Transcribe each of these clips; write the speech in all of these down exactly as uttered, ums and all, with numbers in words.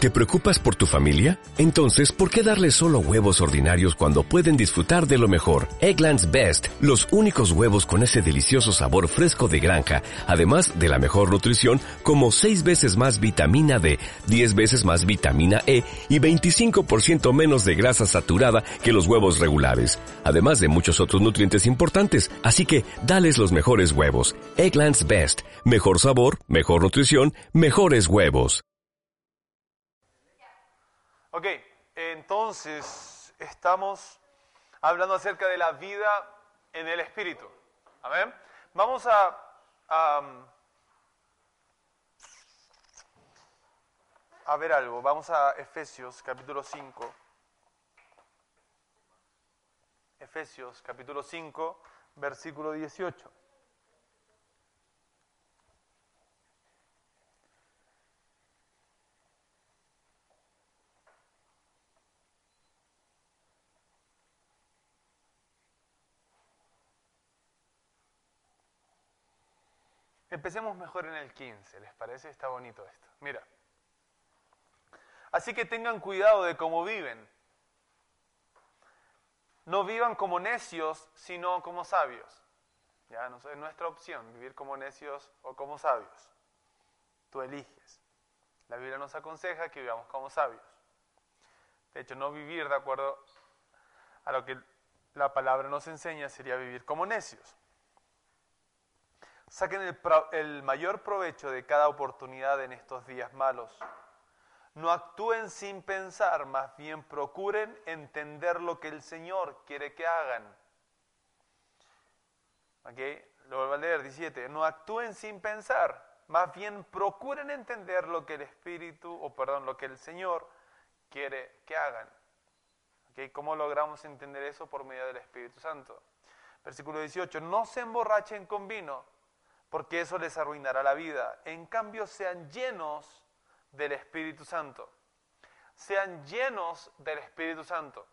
¿Te preocupas por tu familia? Entonces, ¿por qué darles solo huevos ordinarios cuando pueden disfrutar de lo mejor? Eggland's Best, los únicos huevos con ese delicioso sabor fresco de granja, además de la mejor nutrición, como seis veces más vitamina D, diez veces más vitamina E y veinticinco por ciento menos de grasa saturada que los huevos regulares, además de muchos otros nutrientes importantes. Así que, dales los mejores huevos. Eggland's Best, mejor sabor, mejor nutrición, mejores huevos. Ok, entonces estamos hablando acerca de la vida en el Espíritu. Amén. Vamos a, a, a ver algo. Vamos a Efesios capítulo cinco. Efesios capítulo cinco, versículo dieciocho. Empecemos mejor en el quince, ¿les parece? Está bonito esto. Mira. Así que tengan cuidado de cómo viven. No vivan como necios, sino como sabios. Ya, no es nuestra opción, vivir como necios o como sabios. Tú eliges. La Biblia nos aconseja que vivamos como sabios. De hecho, no vivir de acuerdo a lo que la palabra nos enseña sería vivir como necios. Saquen el, pro, el mayor provecho de cada oportunidad en estos días malos. No actúen sin pensar, más bien procuren entender lo que el Señor quiere que hagan. ¿Ok? Lo vuelvo a leer, diecisiete. No actúen sin pensar, más bien procuren entender lo que el Espíritu, o perdón, lo que el Señor quiere que hagan. ¿Ok? ¿Cómo logramos entender eso? Por medio del Espíritu Santo. Versículo dieciocho. No se emborrachen con vino, porque eso les arruinará la vida. En cambio, sean llenos del Espíritu Santo. Sean llenos del Espíritu Santo.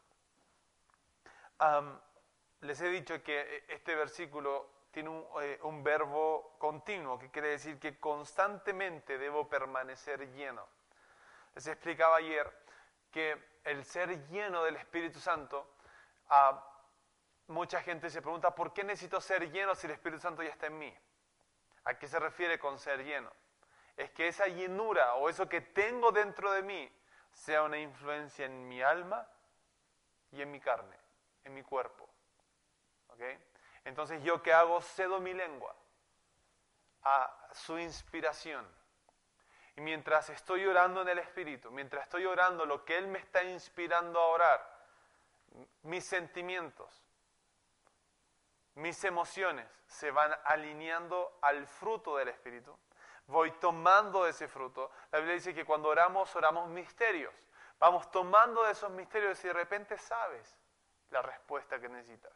Um, les he dicho que este versículo tiene un, eh, un verbo continuo, que quiere decir que constantemente debo permanecer lleno. Les explicaba ayer que el ser lleno del Espíritu Santo, uh, mucha gente se pregunta, ¿por qué necesito ser lleno si el Espíritu Santo ya está en mí? ¿A qué se refiere con ser lleno? Es que esa llenura o eso que tengo dentro de mí sea una influencia en mi alma y en mi carne, en mi cuerpo. ¿Ok? Entonces, ¿yo qué hago? Cedo mi lengua a su inspiración. Y mientras estoy orando en el Espíritu, mientras estoy orando lo que Él me está inspirando a orar, mis sentimientos, mis emociones se van alineando al fruto del Espíritu. Voy tomando ese fruto. La Biblia dice que cuando oramos, oramos misterios. Vamos tomando de esos misterios y de repente sabes la respuesta que necesitas.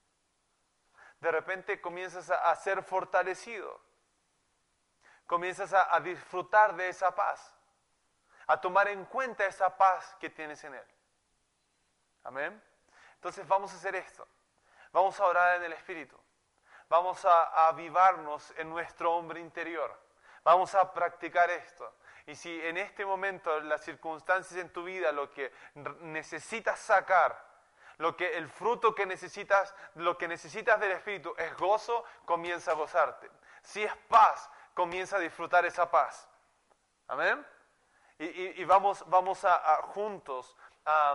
De repente comienzas a, a ser fortalecido. Comienzas a, a disfrutar de esa paz. A tomar en cuenta esa paz que tienes en Él. Amén. Entonces vamos a hacer esto. Vamos a orar en el Espíritu. Vamos a, a avivarnos en nuestro hombre interior. Vamos a practicar esto. Y si en este momento las circunstancias en tu vida, lo que necesitas sacar, lo que el fruto que necesitas, lo que necesitas del Espíritu es gozo, comienza a gozarte. Si es paz, comienza a disfrutar esa paz. Amén. Y, y, y vamos, vamos a, a juntos a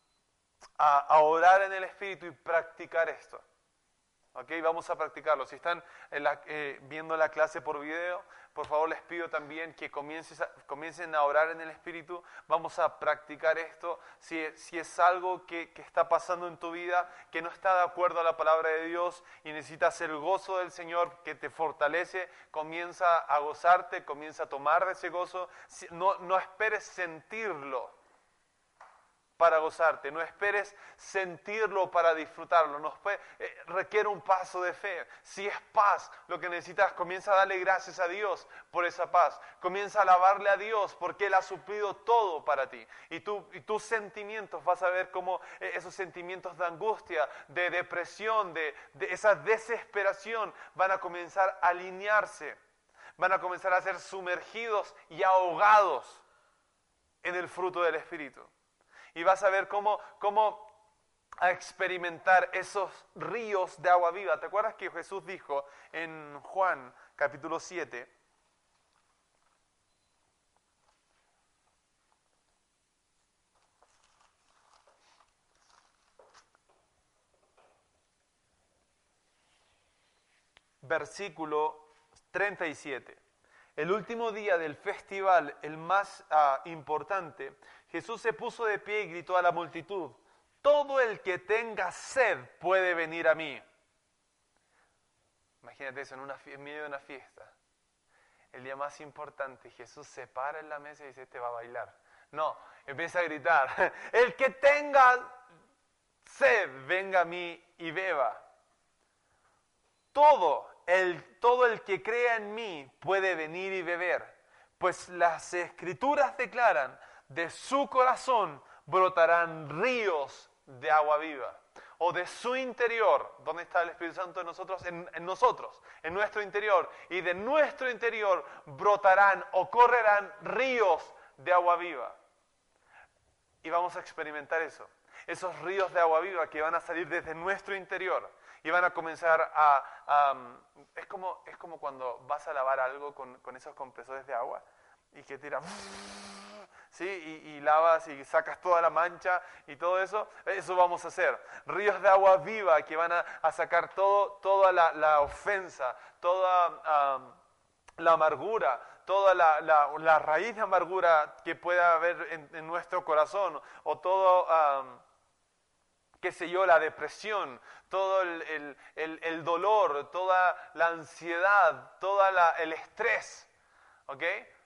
A, a orar en el Espíritu y practicar esto. ¿Ok? Vamos a practicarlo. Si están en la, eh, viendo la clase por video, por favor les pido también que comiences a, comiencen a orar en el Espíritu. Vamos a practicar esto. Si, si es algo que, que está pasando en tu vida, que no está de acuerdo a la palabra de Dios y necesitas el gozo del Señor que te fortalece, comienza a gozarte, comienza a tomar de ese gozo. No, no esperes sentirlo para gozarte, no esperes sentirlo para disfrutarlo, no, eh, requiere un paso de fe. Si es paz lo que necesitas, comienza a darle gracias a Dios por esa paz, comienza a alabarle a Dios porque Él ha suplido todo para ti, y, tú, y tus sentimientos, vas a ver cómo eh, esos sentimientos de angustia, de depresión, de, de esa desesperación van a comenzar a alinearse, van a comenzar a ser sumergidos y ahogados en el fruto del Espíritu. Y vas a ver cómo, cómo a experimentar esos ríos de agua viva. ¿Te acuerdas que Jesús dijo en Juan capítulo siete? Versículo treinta y siete. El último día del festival, el más uh, importante, Jesús se puso de pie y gritó a la multitud: todo el que tenga sed puede venir a mí. Imagínate eso en, una, en medio de una fiesta. El día más importante, Jesús se para en la mesa y dice: este va a bailar. No, empieza a gritar: el que tenga sed, venga a mí y beba. Todo el, todo el que crea en mí puede venir y beber, pues las Escrituras declaran: de su corazón brotarán ríos de agua viva. O de su interior, ¿dónde está el Espíritu Santo en nosotros? En, en nosotros, en nuestro interior. Y de nuestro interior brotarán o correrán ríos de agua viva. Y vamos a experimentar eso. Esos ríos de agua viva que van a salir desde nuestro interior. Y van a comenzar a... a es, como, es como cuando vas a lavar algo con, con esos compresores de agua y que tiran... ¿sí? Y, y lavas y sacas toda la mancha y todo eso. Eso vamos a hacer. Ríos de agua viva que van a, a sacar todo, toda la, la ofensa, toda um, la amargura, toda la, la, la raíz de amargura que pueda haber en, en nuestro corazón, o todo... Um, qué sé yo, la depresión, todo el, el, el, el dolor, toda la ansiedad, todo la, el estrés, ¿ok?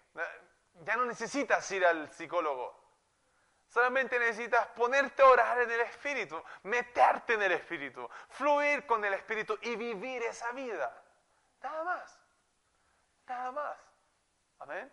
Ya no necesitas ir al psicólogo, solamente necesitas ponerte a orar en el Espíritu, meterte en el Espíritu, fluir con el Espíritu y vivir esa vida, nada más, nada más, ¿amén?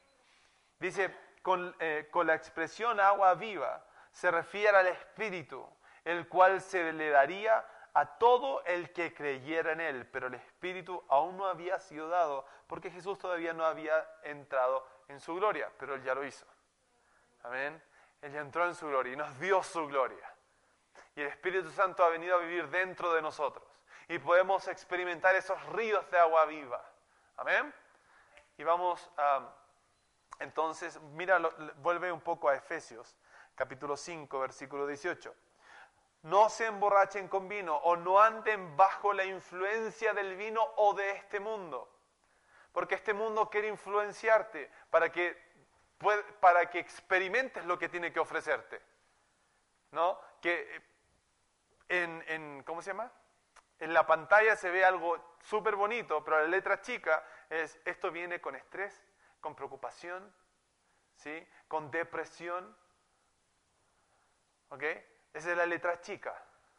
Dice, con, eh, con la expresión agua viva se refiere al Espíritu, el cual se le daría a todo el que creyera en él, pero el Espíritu aún no había sido dado, porque Jesús todavía no había entrado en su gloria, pero él ya lo hizo. Amén. Él ya entró en su gloria y nos dio su gloria. Y el Espíritu Santo ha venido a vivir dentro de nosotros. Y podemos experimentar esos ríos de agua viva. Amén. Y vamos a... Entonces, mira, vuelve un poco a Efesios, capítulo cinco, versículo dieciocho. No se emborrachen con vino o no anden bajo la influencia del vino o de este mundo. Porque este mundo quiere influenciarte para que, para que experimentes lo que tiene que ofrecerte. ¿No? Que en, en, ¿cómo se llama? En la pantalla se ve algo súper bonito, pero la letra chica es: esto viene con estrés, con preocupación, ¿sí? Con depresión. ¿Ok? Esa es la letra chica.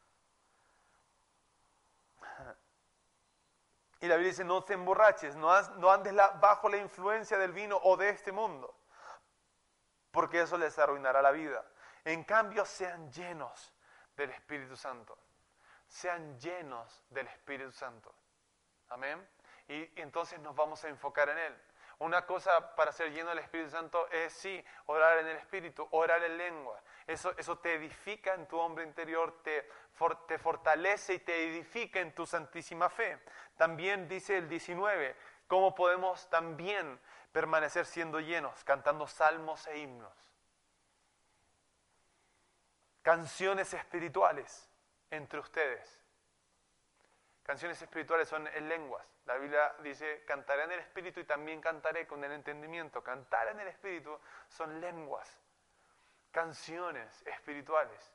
Y la Biblia dice: no te emborraches, no, has, no andes la, bajo la influencia del vino o de este mundo, porque eso les arruinará la vida. En cambio, sean llenos del Espíritu Santo. Sean llenos del Espíritu Santo. Amén. Y, y entonces nos vamos a enfocar en Él. Una cosa para ser lleno del Espíritu Santo es, sí, orar en el Espíritu, orar en lengua. Eso, eso te edifica en tu hombre interior, te, for, te fortalece y te edifica en tu santísima fe. También dice el diecinueve, cómo podemos también permanecer siendo llenos, cantando salmos e himnos. Canciones espirituales entre ustedes. Canciones espirituales son en lenguas. La Biblia dice: cantaré en el Espíritu y también cantaré con el entendimiento. Cantar en el Espíritu son lenguas. Canciones espirituales.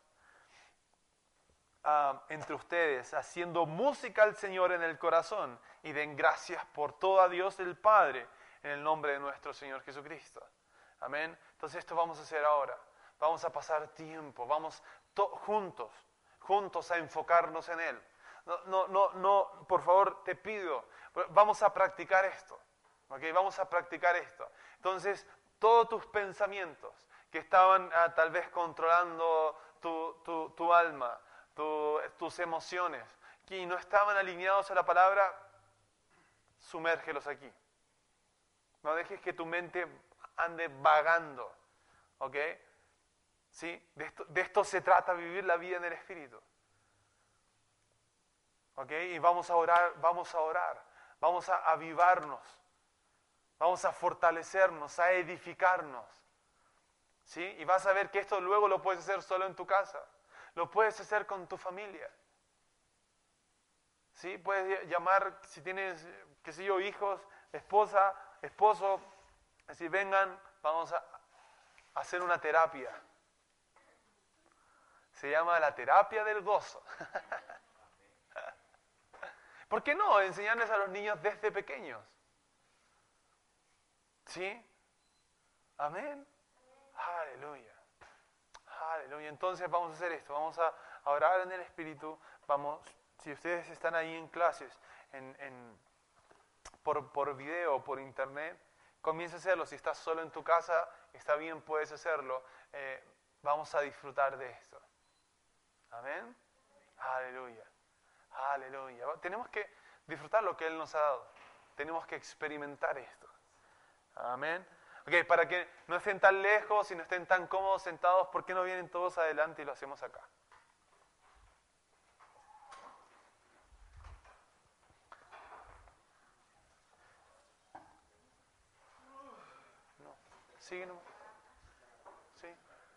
Uh, entre ustedes, haciendo música al Señor en el corazón, y den gracias por todo a Dios el Padre, en el nombre de nuestro Señor Jesucristo. Amén. Entonces esto vamos a hacer ahora. Vamos a pasar tiempo, vamos to- juntos, juntos a enfocarnos en Él. No, no, no, no, por favor, te pido, vamos a practicar esto, ¿ok? Vamos a practicar esto. Entonces, todos tus pensamientos que estaban ah, tal vez controlando tu, tu, tu alma, tu, tus emociones, que no estaban alineados a la palabra, sumérgelos aquí. No dejes que tu mente ande vagando, ¿Ok? ¿Sí? De esto, de esto se trata, vivir la vida en el Espíritu. ¿Ok? Y vamos a orar, vamos a orar, vamos a avivarnos, vamos a fortalecernos, a edificarnos. ¿Sí? Y vas a ver que esto luego lo puedes hacer solo en tu casa, lo puedes hacer con tu familia. ¿Sí? Puedes llamar, si tienes, qué sé yo, hijos, esposa, esposo, así vengan, vamos a hacer una terapia. Se llama la terapia del gozo. ¿Por qué no enseñarles a los niños desde pequeños? ¿Sí? Amén. Aleluya. Aleluya. Entonces vamos a hacer esto. Vamos a orar en el Espíritu. Vamos, si ustedes están ahí en clases, en, en, por, por video, por internet, comienza a hacerlo. Si estás solo en tu casa, está bien, puedes hacerlo. Eh, vamos a disfrutar de esto. Amén. Aleluya. Aleluya. Tenemos que disfrutar lo que Él nos ha dado. Tenemos que experimentar esto. Amén. Ok, para que no estén tan lejos y no estén tan cómodos sentados, ¿por qué no vienen todos adelante y lo hacemos acá? No. Sigue nomás. Sí.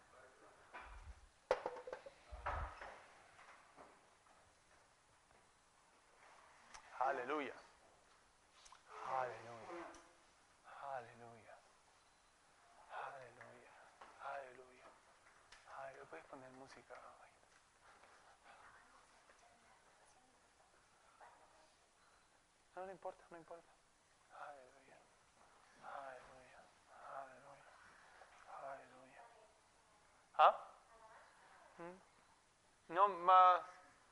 Aleluya. Aleluya. Aleluya. Aleluya. Aleluya. Aleluya. ¿Puedes poner música? No, no importa, no importa. Aleluya. Aleluya. Aleluya. Aleluya. ¿Ah? ¿Mm? No, más.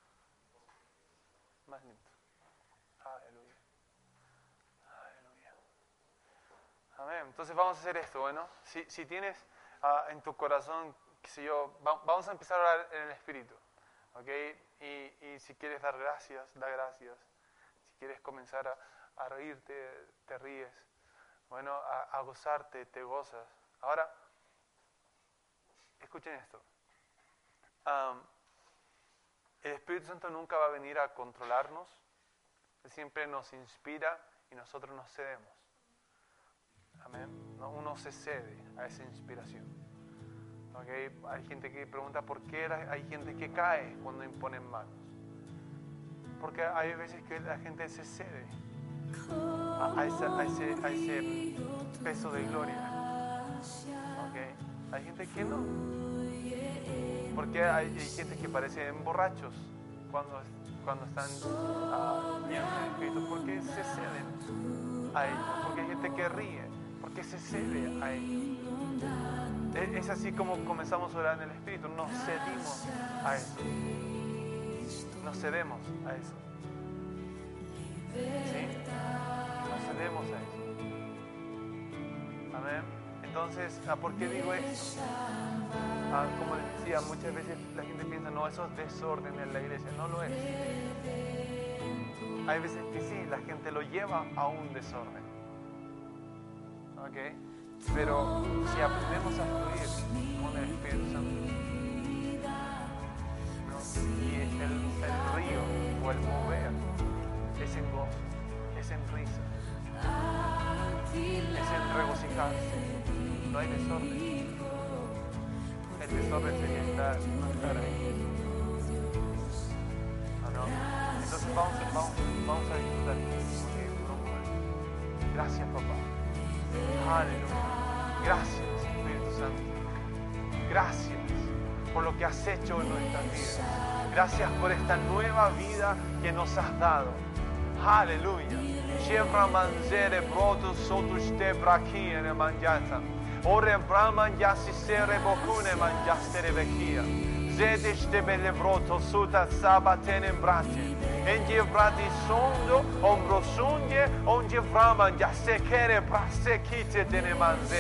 Más lento. Aleluya. Aleluya. Amén. Entonces vamos a hacer esto, bueno. Si, si tienes uh, en tu corazón, qué sé yo, va, vamos a empezar a orar en el Espíritu. ¿Ok? Y, y si quieres dar gracias, da gracias. Si quieres comenzar a, a reírte, te ríes. Bueno, a, a gozarte, te gozas. Ahora, escuchen esto. Um, el Espíritu Santo nunca va a venir a controlarnos. Él siempre nos inspira y nosotros nos cedemos. Amén. No, uno se cede a esa inspiración. ¿Okay? Hay gente que pregunta por qué hay gente que cae cuando imponen manos. Porque hay veces que la gente se cede a, a, esa, a, ese, a ese peso de gloria. ¿Okay? Hay gente que no. Porque hay, hay gente que parecen borrachos cuando cuando están uh, llenos del Espíritu, porque se ceden a ellos, porque hay gente que ríe, porque se cede a ellos. Es, es así como comenzamos a orar en el Espíritu, nos cedimos a eso, nos cedemos a eso, ¿sí? Nos cedemos a eso. Amén. Entonces, ¿por qué digo esto? Ah, como les decía, muchas veces la gente piensa, no, eso es desorden en la iglesia. No lo es. Hay veces que sí, la gente lo lleva a un desorden. ¿Ok? Pero si aprendemos a fluir con el Espíritu Santo, ¿no? Y el, el río o el mover es en gozo, es en risa, es en regocijarse. No hay desorden. El desorden sería estar, no estar ahí. ¿O no? Entonces vamos, vamos, vamos a disfrutar. Okay, gracias, papá. Aleluya. Gracias, Espíritu Santo. Gracias por lo que has hecho en nuestras vidas. Gracias por esta nueva vida que nos has dado. Aleluya. Chevra manzere broto sotuste brachiene mangiata. Ore Brahman yasi sere bokune mangiastere vecchia. Zediste belle broto suta sabatene brate. Engie brati sondo, ombro sunge, onge Brahman yasekere brase kite dene manzete.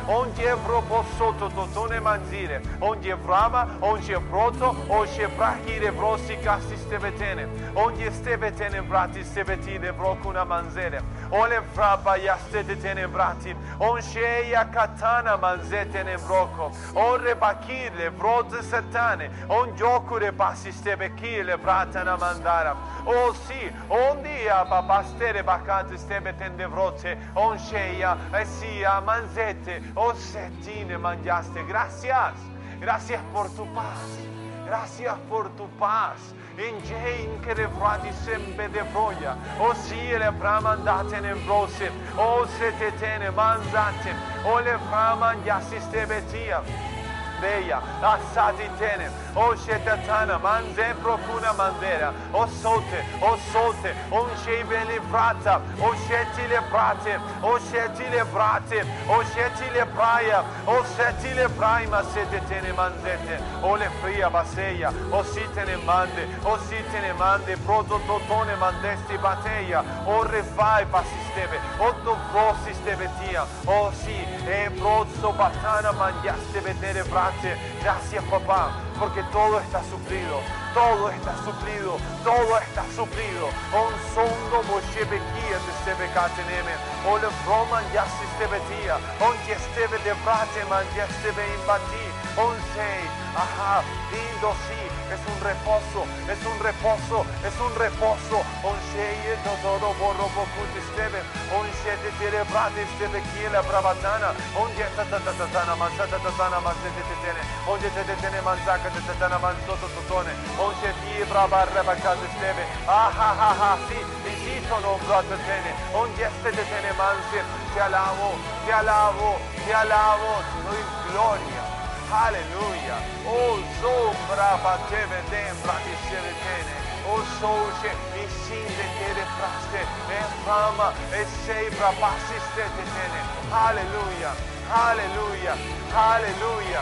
onde brobosoto totone manzire, onde vrama, onde broto, onde brahire brosika sistebetene, onde stebetene brati stebetine brokuna manzere, ole vraba yastetene brati, onde ya katana manzetene broko, ore bakile brote satane, on giocure passi stebekile bratana mandara, oh sì, onde ya babastere bakate stebetene brote, on sheya, esia manzete, o setine mangiaste, gracias, gracias por tu paz, gracias por tu paz. In Jane che le frati sempre de vroia, o sì le pramandate nembrose, o se te tene manzate, o le pramangiasti stebetia. Deia, assati tene, o shetatana, manze procuna mandera, o sote, o sote, o shebele brata, o shetile brate, o shetile brate, o shetile praia, o shetile praima sete tene manzete, o le fria baseia, o si tene mande, o si tene mande, proto totone mandesti bateia, o refai pasistebe, o to prosistebe o si, e prozzo batana mangiaste vedere brate. Gracias, papá, porque todo está suplido, todo está suplido, todo está suplido. On sondo moshebekia te stebecateneme, o le roman ya sistebetia, on que estebe de brate man ya estebe imbati, on sei, ajá, lindo sí, es un reposo, es un reposo, es un reposo, on sheye todo borro bocuti stebe, on shete tere brate stebe kiela bravatana, on ya tatatatana manzata tatana manzete tene, on ya te tene manzaka te tatana manzoto totone, on shete brabarra bacate stebe, aha ha ha sí, y sí sono brate tene, on ya te tene manse, te alabo, te alabo, te alabo, te doy gloria. Aleluya. Oh, so brava te vedem, brati se vedene. Oh, so che i sinde te de fraste, e fama, e sei brabassi ste te tene. Aleluya, aleluya, aleluya.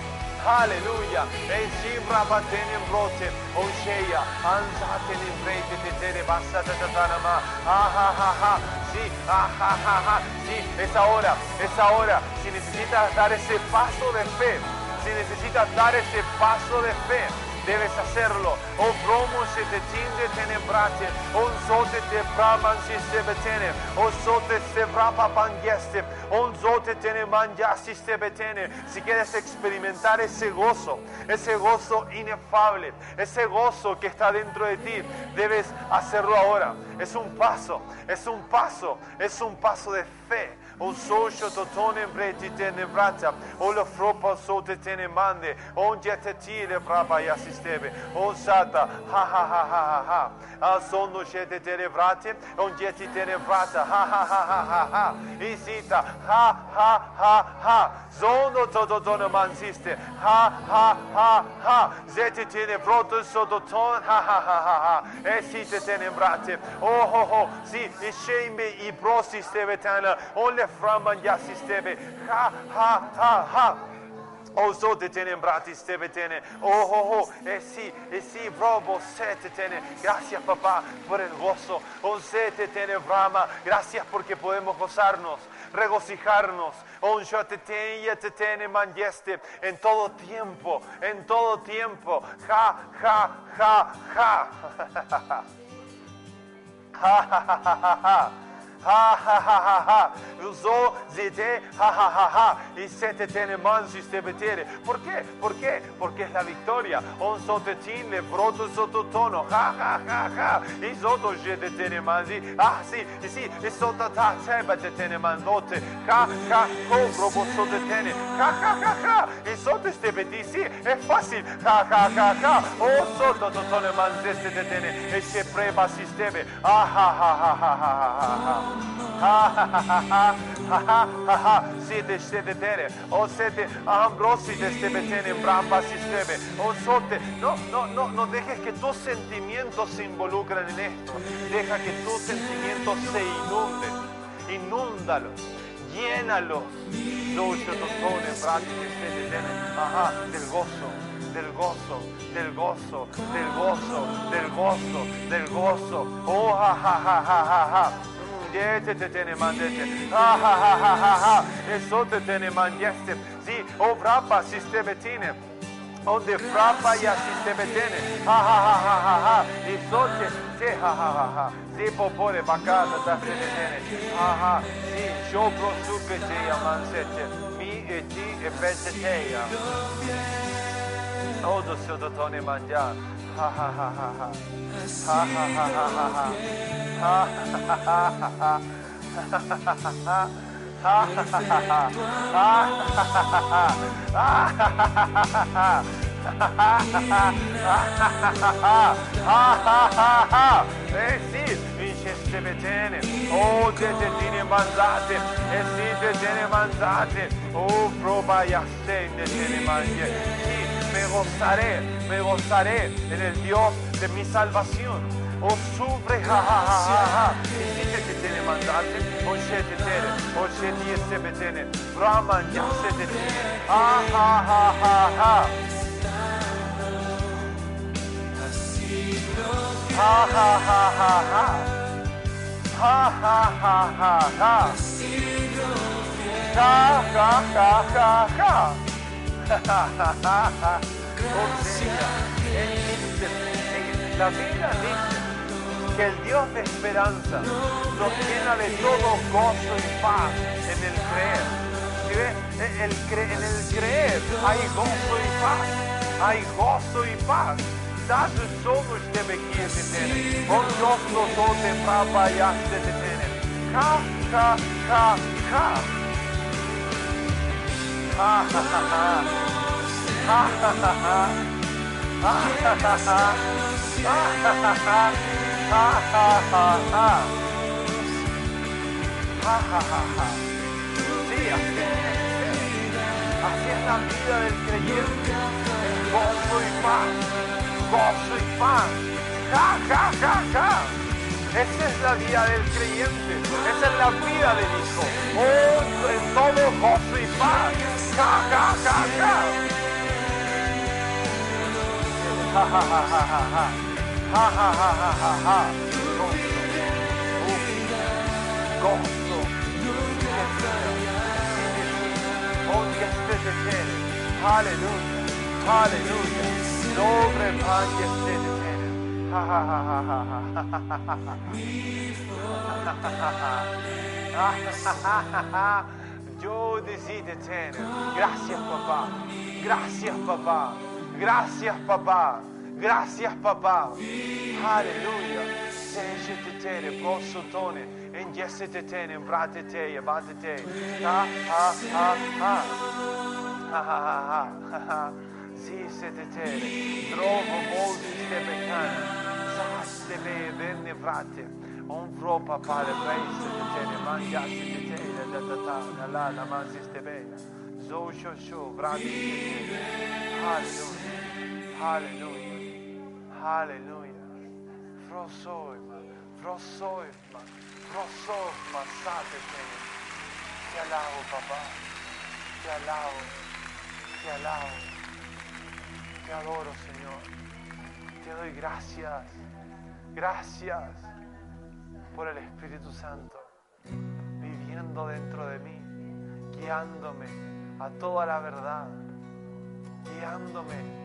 Aleluya, e si brava tene brote, o sheia, anzate in brete te tene bassata tatanama, ah ah ah ah, sí, ah ah ah ah, sí, es ahora, es ahora, si necesitas dar ese paso de fe, si necesitas dar ese paso de fe, debes hacerlo. O bromo se te tinde tenebrate, on zote te braman si se betene, o zote se brapa pangieste, on zote te mangiasti se betene. Si quieres experimentar ese gozo, ese gozo inefable, ese gozo que está dentro de ti, debes hacerlo ahora. Es un paso, es un paso, es un paso de fe. O socio totone breti tene brata, o lo fropa sote tene mande, on jeteti le braba ya sistebe, o sata, ha ha ha ha ha ha, a sono jete tene brate, on jeti tene brata, ha ha ha ha ha ha, isita, ha ha ha ha, zono totone mansiste, ha ha ha ha, zeti tene broto sototon, ha ha ha ha ha, e site tene brate, oh ho ho, si, i shembe i brosi stevetana, on le framan ya sistebe, ha ha ha ha. O zote tene brati stebe tene, oh oh oh, e sì, e sì, probo sete tene, gracias papá por el gozo, o sete tene brama, gracias porque podemos gozarnos, regocijarnos, on yo te tenía te tene mangieste, en todo tiempo, en todo tiempo, ja, ja, ja, ja, ja, ja, ja, ja, ja. Ha ha ha ha ha, usó zete, ha ha ha ha, y se te tiene manso stebetere. ¿Por qué? ¿Por qué? Porque es la victoria. On sotetin le broto sototono, ha ha ha ha, y soto je te tiene mansi, ah sí, y sí, y sota ta seba te tiene mandote, ha ha, compro vos sote tiene, ha ha ha ha, y soto stebeti, sí, es fácil, ha ha ha ha, oh soto totone manzeste te tiene, e se preba si stebe, ah ha ha ha ha ha ha ha. Ha ha ha ha ha ha ha, si te stebe tere, o sete ambrosi te stebe tene, bramba si stebe, o sote, no, no, no, no dejes que tus sentimientos se involucren en esto, deja que tus sentimientos se inunden, inúndalos, llénalos, lucho totone, brati te stebe tene, ajá, del gozo, del gozo, del gozo, del gozo, del gozo, del gozo, oh ha ha ha ha ha ha. Onde te tene mandete. Ha ha ha ha ha ha. Eso te tene mandeste. Sì, o frappa si stebetine. Onde frappa ya si stebetene. Ha ha ha ha ha ha. E soce se ha ha ha ha. Se popore bacata da stebetene. Ha ha. Sì, sciopro supeteia mansete. Mi e ti e peteteia. Odo sototone mangia. Ha ha ha ha ha. Ha ha ha ha ha ha. Ha ha ha ha ha. Eh sì, vince ste betene, oh te te tiene mangiate, eh sì te tiene mangiate, oh proba y ascende te ne mangie, sí, me gozaré, me gozaré en el Dios de mi salvación. O sufre, ha ha ha ha ha. E si te tiene mandate, o se te tiene, o se ti se betene. Brahman ya se te tiene. Ha ha ha ha ha. Ha ha ha ha ha. Ha ha ha ha ha. Ha ha ha ha ha. Ha ha ha ha. O sea, él dice, la Biblia dice que el Dios de esperanza nos llena de todo gozo y paz en el creer. ¿Sí ves? El cre en el creer hay gozo y paz. Hay gozo y paz. Zato somos te bekie te tene. On nostro tote prapa yaste te tene. Ha ha ha ha. Ha ha ha ha. Ha ha ha ha. Ha ha ha ha. Ha ha ha ha. Ha ha ha ha. Ha ha ha ha. Sí, así es. Así es la vida del creyente. Gozo y paz. Gozo y paz. Ja, ja, ja, ja. Esa es la vida del creyente. Esa es la vida del hijo. Oh, en todo gozo y paz. Ja, ja, ja, ja. Ha ha ha ha ha ha. Ha ha ha ha ha ha. Gozo. Oh, Dios te tiene. Aleluya. Aleluya. Sobre pan y te tiene. Ha ha ha ha ha ha. Yo decido tener. Gracias, papá. Gracias, papá. Gracias, papá. Gracias, papá. Aleluya. Seje te tene, prosotone, en jesse te tene, brate te, abate te. Ha, ha, ha, ha. Ha, ha, ha, ha, ha. Si se te tene, drogo molti ste beccane. Sa ste be, venne brate. On pro papà, le preise te tene, mangiasse te tene, da da da, da la, la mansi ste bene. Zo, sho, sho, brate te tene. Aleluya. Aleluya. Aleluya. Frosoima, frosoima, frosoima, sate te. Te alabo, papá. Te alabo. Te alabo. Te adoro, Señor. Te doy gracias. Gracias por el Espíritu Santo viviendo dentro de mí, guiándome a toda la verdad, guiándome.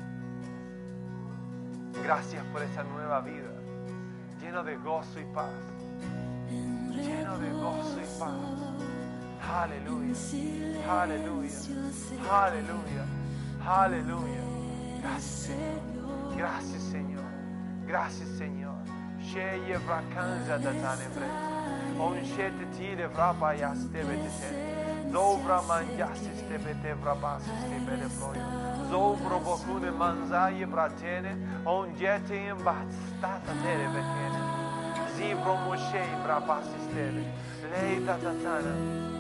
Gracias por esa nueva vida, lleno de gozo y paz, lleno de gozo y paz. Aleluya, aleluya, aleluya, aleluya. Gracias, Señor, gracias, Señor, gracias, Señor. Sheye vrakanza datane brete, on shete tire vrapa yaste betete, dobra manjaste stebete vrapase stebete proyo. Zobro bokune manzaye bratene, on jete in bastata tere bekene. Zibro moshei brapasi stebe, lei tatatana.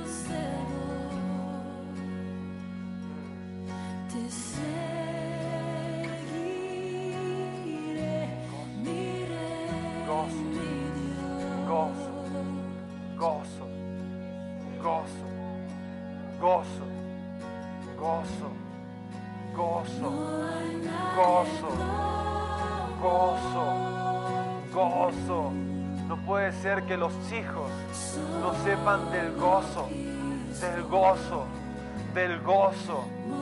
Gozo, gozo, gozo, gozo, gozo, gozo, gozo, gozo, gozo, No puede ser que los hijos no sepan del gozo, del gozo, del gozo.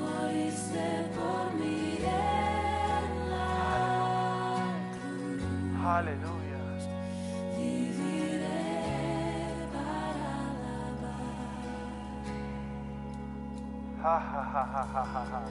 Aleluya. Ja, ja, ja, ja, ja, ja, ja.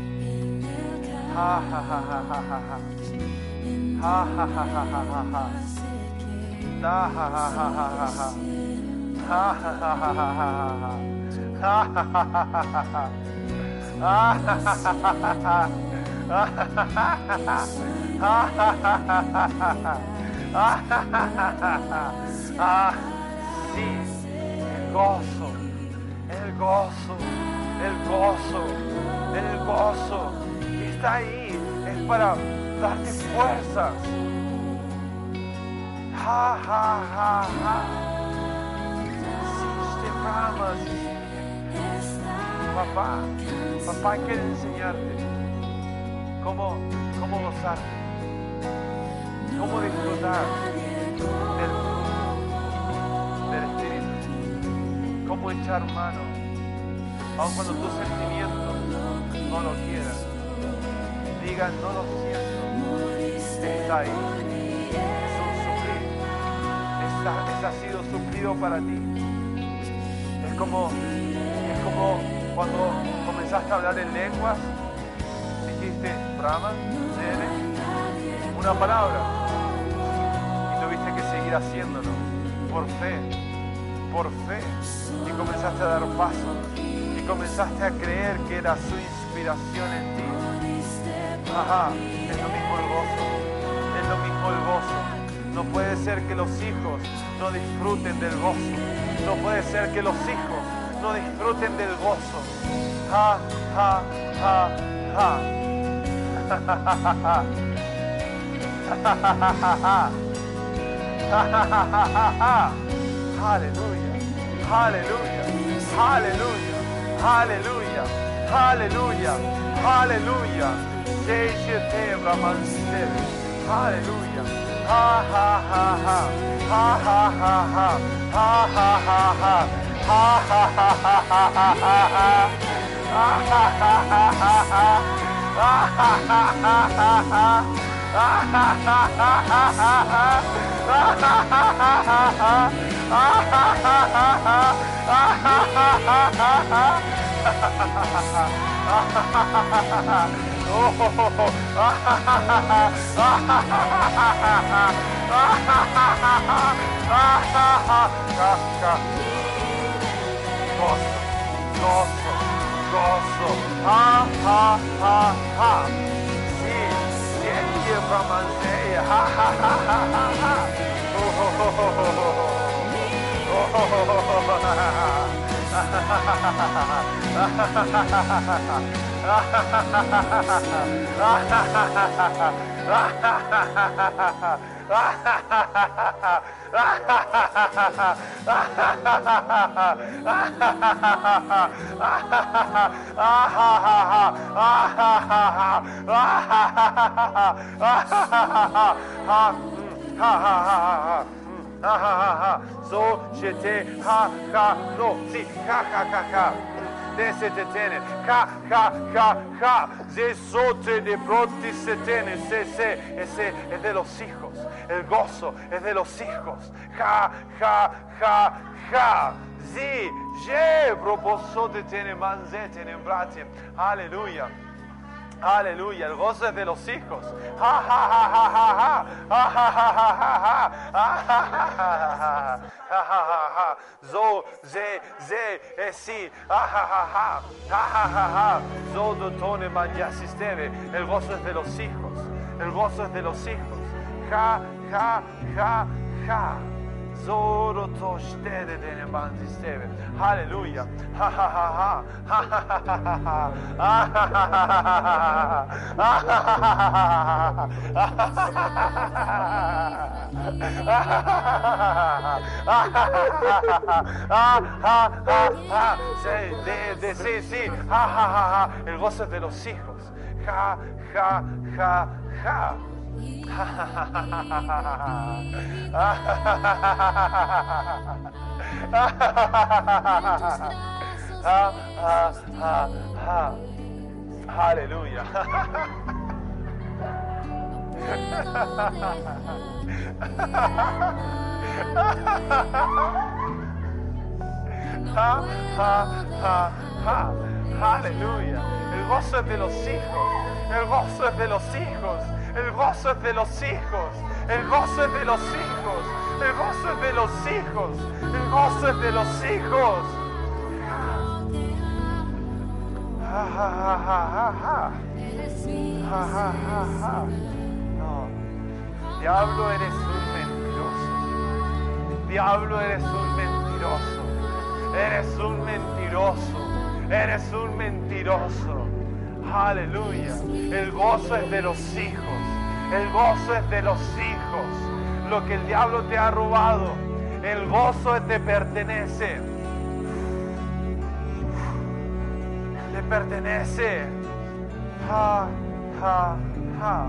Ja, ja, ja, ja, ja, ja. Ha ha ha ha ha ha ha. Da ha ha ha ha ha ha. Ha ha ha ha ha ha ha. Ha ha ha ha ha ha ha. Ah ha ha ha ha ha ha. Ah ha ha ha ha ha. Ah ha ha ha ha ha. Ah ha ha ha ha ha. Ah, sí, el gozo, el gozo, el gozo, el gozo está ahí, es para darte fuerzas. Ha, ha, ha, ha. Si te amas, papá, papá quiere enseñarte cómo, cómo gozarte, cómo disfrutar del fruto del Espíritu, cómo echar mano, aun cuando tus sentimientos no lo quieran. Digan, no lo siento, está ahí, es un suplir, está, está, ha sido suplido para ti. Es como, es como cuando comenzaste a hablar en lenguas, dijiste, Brahma, Nene, una palabra, y tuviste que seguir haciéndolo, por fe, por fe, y comenzaste a dar pasos, y comenzaste a creer que era su inspiración en ti. Ajá, es lo mismo el gozo, es lo mismo el gozo. No puede ser que los hijos no disfruten del gozo. No puede ser que los hijos no disfruten del gozo. Ja, ja, ja, ja. Ja, ja, ja, ja, ja. Ja, ja, ja, ja, ja. Ja, ja, ja, ja, ja. Aleluya, aleluya, aleluya, aleluya, aleluya, aleluya. Aleluya. Ha ha ha ha. Ha ha ha ha. Ha ha ha ha. Ha ha ha ha ha ha ha. Ha ha ha ha ha ha. Ha ha ha ha ha ha. Ha ha ha ha ha ha. Ha ha ha ha ha ha. Ha ha ha ha ha. Ha ha ha ha ha. Oh, oh, oh, oh. Ah, ah, ah, ah, ah, ah, ah, gozo, gozo, gozo. Ah, ah, ah, ah. Sí, sí, aquí es romancea. Ah, ah, ah, ah, ah. Oh, oh, oh, oh, oh. Oh, oh, oh, oh, oh. Ha ha ha ha. So j'étais ha ha no si ha ha ha ha. De se te tiene ha ha ha ha. De sote de proti se tiene se se ese es de los hijos. El gozo es de los hijos. Ha ha ha ha. Zi je proposo te tiene manze tiene brate. Aleluya. Aleluya, el gozo es de los hijos. Ja, ja, ja, ja, ja, ja. Ja, ja, ja, ja, ja, ja. Ja, ja, ja, ja, ja. Ja, ja, ja, ja. Zo, ze, ze, esi. Ja, ja, ja, ja. Ja, ja, ja, ja. Zo, dotone, manja, sisteme. El gozo es de los hijos. El gozo es de los hijos. Ja, ja, ja, ja. Zoro to shtede dene manzisteve. Aleluya. Ha ha ha ha. Ha ha ha ha ha. Ha ha ha ha. Ha ha ha ha. De de sí sí. Ha ha ha ha. El gozo es de los hijos. Ja ja ja ja. Aleluya. Aleluya. El gozo es de los hijos. El gozo es de los hijos. El gozo es de los hijos. El gozo es de los hijos. El gozo es de los hijos. El gozo es de los hijos. Ja, ja, ja, ja, ja. Ja, ja, ja, ja. No. Diablo, eres un mentiroso. Diablo, eres un mentiroso. Eres un mentiroso. Eres un mentiroso. Aleluya. El gozo es de los hijos. El gozo es de los hijos. Lo que el diablo te ha robado, el gozo te pertenece. Te pertenece. Ja, ja, ja.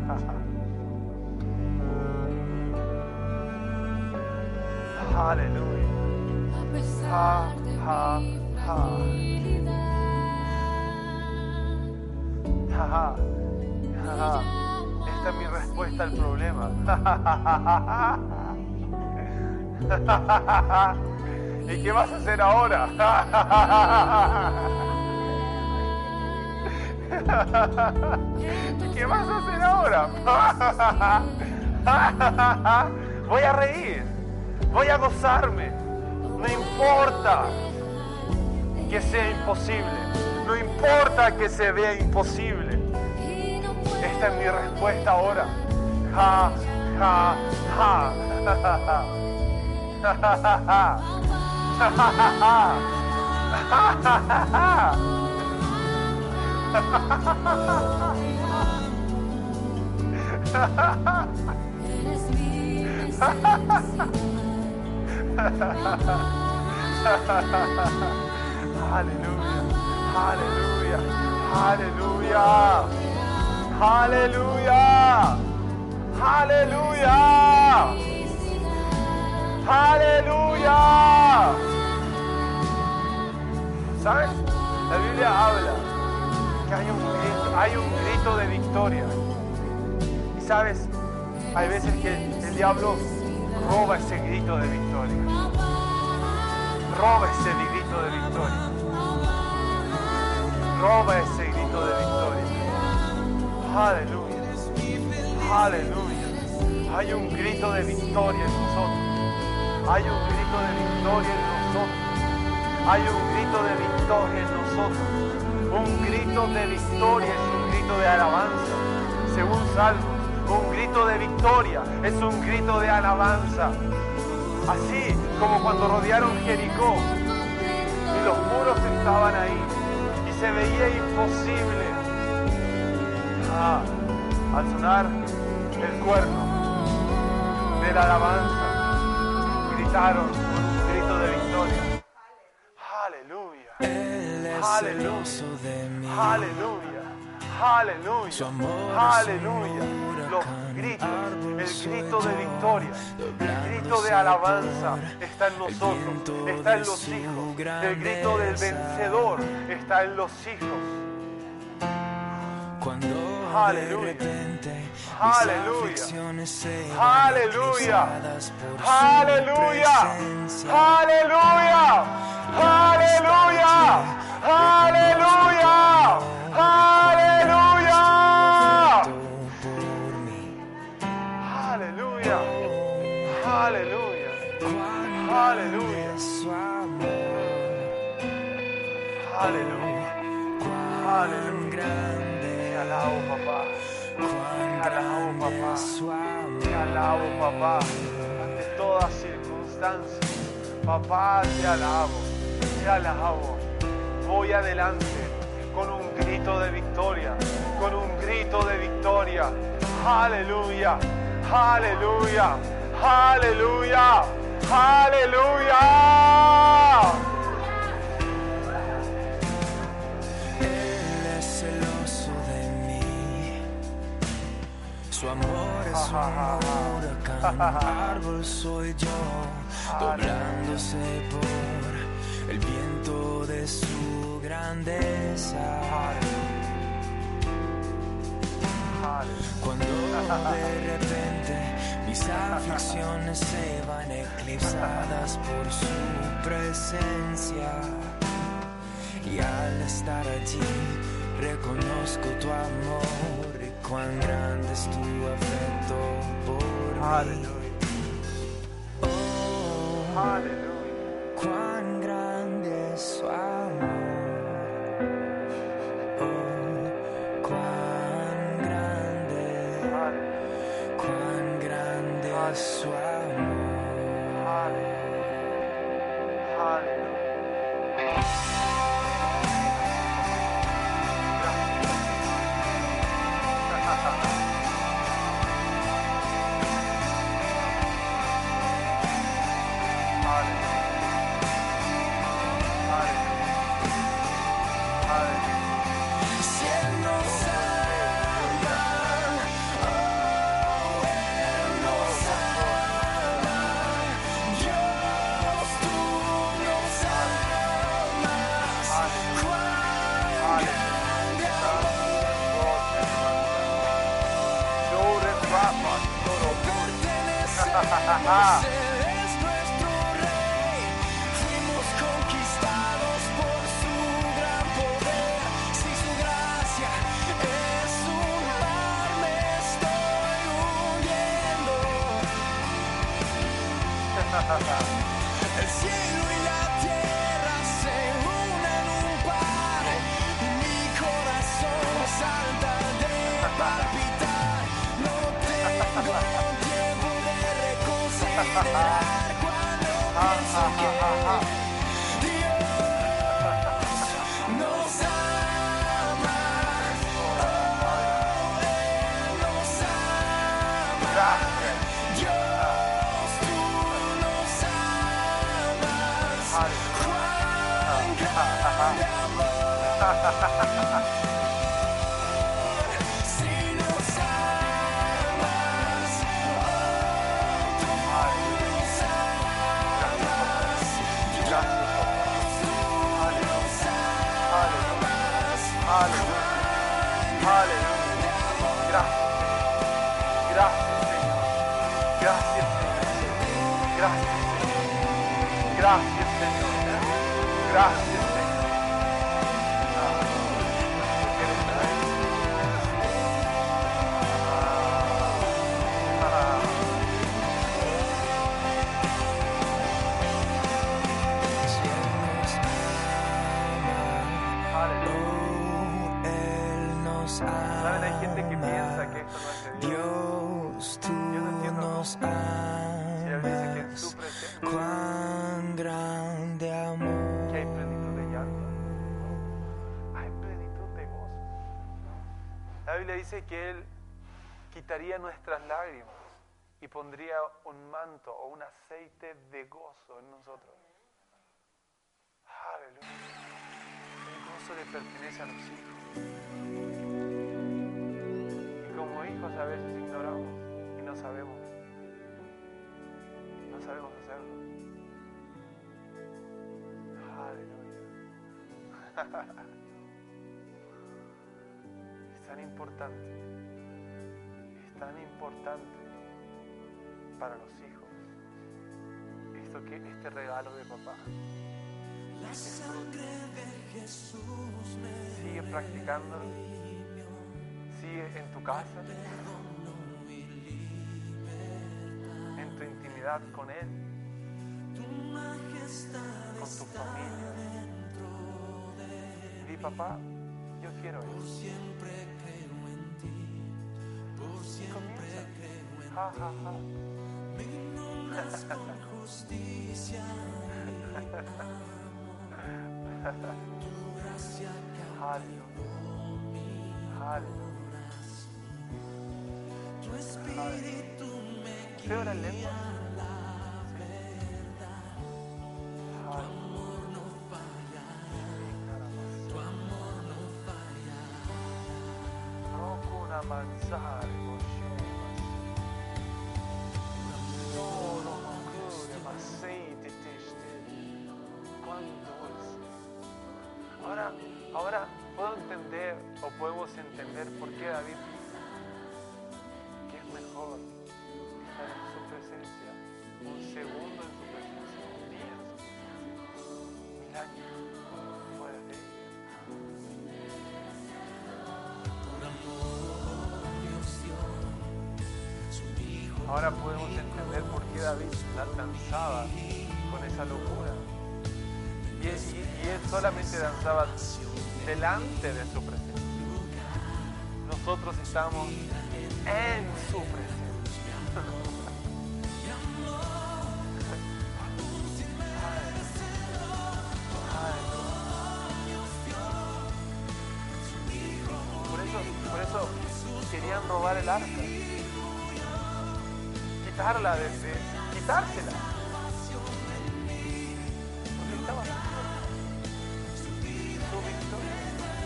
Aleluya. Ja, ja, ja. Ja, ja, ja. Esta es mi respuesta al problema. ¿Y qué vas a hacer ahora? ¿Y qué vas a hacer ahora? Voy a reír, voy a gozarme. No importa que sea imposible, no importa que se vea imposible. Esta es mi respuesta ahora. Ja, ja, ja. Aleluya, aleluya, aleluya. Aleluya, aleluya, aleluya. ¿Sabes? La Biblia habla que hay un grito, hay un grito de victoria. Y sabes, hay veces que el diablo roba ese grito de victoria. Roba ese grito de victoria. Roba ese grito de victoria. Aleluya, aleluya. Hay un grito de victoria en nosotros. Hay un grito de victoria en nosotros. Hay un grito de victoria en nosotros. Un grito de victoria es un grito de alabanza. Según Salmos, un grito de victoria es un grito de alabanza. Así como cuando rodearon Jericó y los muros estaban ahí y se veía imposible. Ah, al sonar el cuerno de la alabanza, gritaron un grito de victoria. Aleluya, aleluya, aleluya, aleluya, aleluya. Los gritos, el grito de victoria, el grito de alabanza está en nosotros, está en los hijos. El grito del vencedor está en los hijos. Aleluya, aleluya, aleluya, aleluya, aleluya, aleluya, aleluya, aleluya, aleluya, aleluya, aleluya, aleluya, aleluya. Te alabo, papá. Te alabo, papá. Te alabo, papá. Ante toda circunstancia, papá, te alabo. Te alabo. Voy adelante con un grito de victoria. Con un grito de victoria. Aleluya. Aleluya. Aleluya. Aleluya. Su amor es un huracán, un árbol soy yo, doblándose por el viento de su grandeza. Cuando de repente mis aflicciones se van eclipsadas por su presencia, y al estar allí reconozco tu amor y cuán grande es tu afecto por Aleluya. mí. Oh, Aleluya. cuán grande es su amor. Oh, cuán grande, cuán grande es su amor. Aleluya. Aleluya. Si Él nos ama, oh, Él nos ama, Dios, tú nos amas, cuán grande amor pertenecemos, Él es nuestro Rey, fuimos conquistados por su gran poder, si su gracia es un mar me estoy hundiendo. El cielo y la tierra se unen un par, mi corazón salta de palpitar, no tengo tiempo de reconsiderar cuando pienso que Dios nos ama, oh, Él nos ama, Dios, tú nos amas, cuán grande amor, si nos amas, oh, tú nos amas, Dios, tú nos amas, Aleluya. Gracias, Señor. Gracias, Señor. Gracias, Señor. Gracias, Señor. Gracias, Señor. si Él nos ama, oh, Él nos ama. ¿Saben? Hay gente que piensa que esto no es de Dios. Dios, tú Yo no entiendo nos cómo. Si Él dice que en amas, su presencia cuán grande que amor. hay plenitud de llanto, hay plenitud de gozo. La Biblia dice que Él quitaría nuestras lágrimas y pondría un manto o un aceite de gozo en nosotros. Aleluya. El gozo le pertenece a los hijos. Y como hijos a veces ignoramos y no sabemos. No sabemos hacerlo. Aleluya. Es tan importante. Es tan importante para los hijos esto que este regalo de papá. La sangre de Jesús me Sigue practicándolo. Sigue en tu casa, en tu intimidad con Él, con tu familia. Di, papá, yo quiero eso. Y comienza. Ja, ja, ja. Aleluya. Aleluya. ¿Usted ora en lengua? Manzare, Ahora puedo entender o podemos entender por qué David dice que es mejor estar en su presencia un segundo en su presencia, un día en su presencia, mil años fuera de ella. Ahora podemos entender por qué David la danzaba con esa locura. Y, y, y él solamente danzaba delante de su presencia. Nosotros estamos en su presencia. Por eso, por eso querían robar el arca. Quitarla desde, quitársela. Porque estaba su victoria.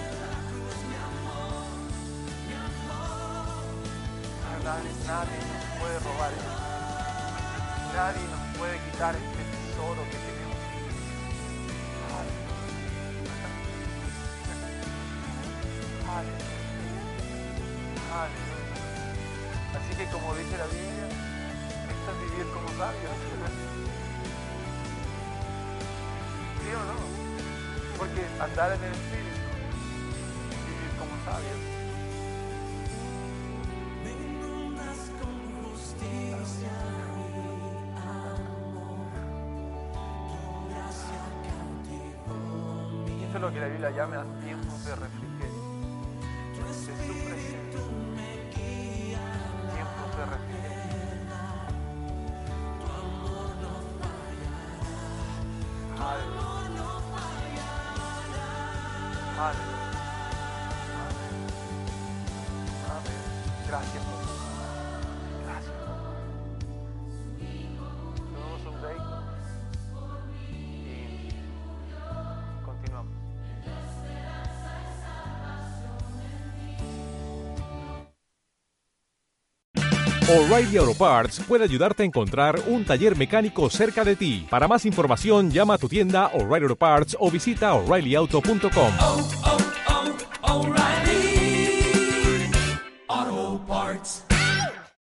Pero nadie, nadie nos puede robar esto. Nadie nos puede quitar este tesoro que tenemos. Aleluya. Aleluya. Así que como dice la Biblia, esto es vivir como sabios. ¿Sí o no? Porque andar en el Espíritu es vivir como sabios. Y esto es lo que la Biblia llama tiempos de refrigerio. De su presencia. Tiempos de refrigerio. Aleluya. Aleluya. Amén. Gracias, Jesús. Gracias. Tomamos un break y continuamos. O'Reilly Auto Parts puede ayudarte a encontrar un taller mecánico cerca de ti. Para más información, llama a tu tienda O'Reilly Auto Parts o visita O'Reilly Auto punto com. Oh, oh.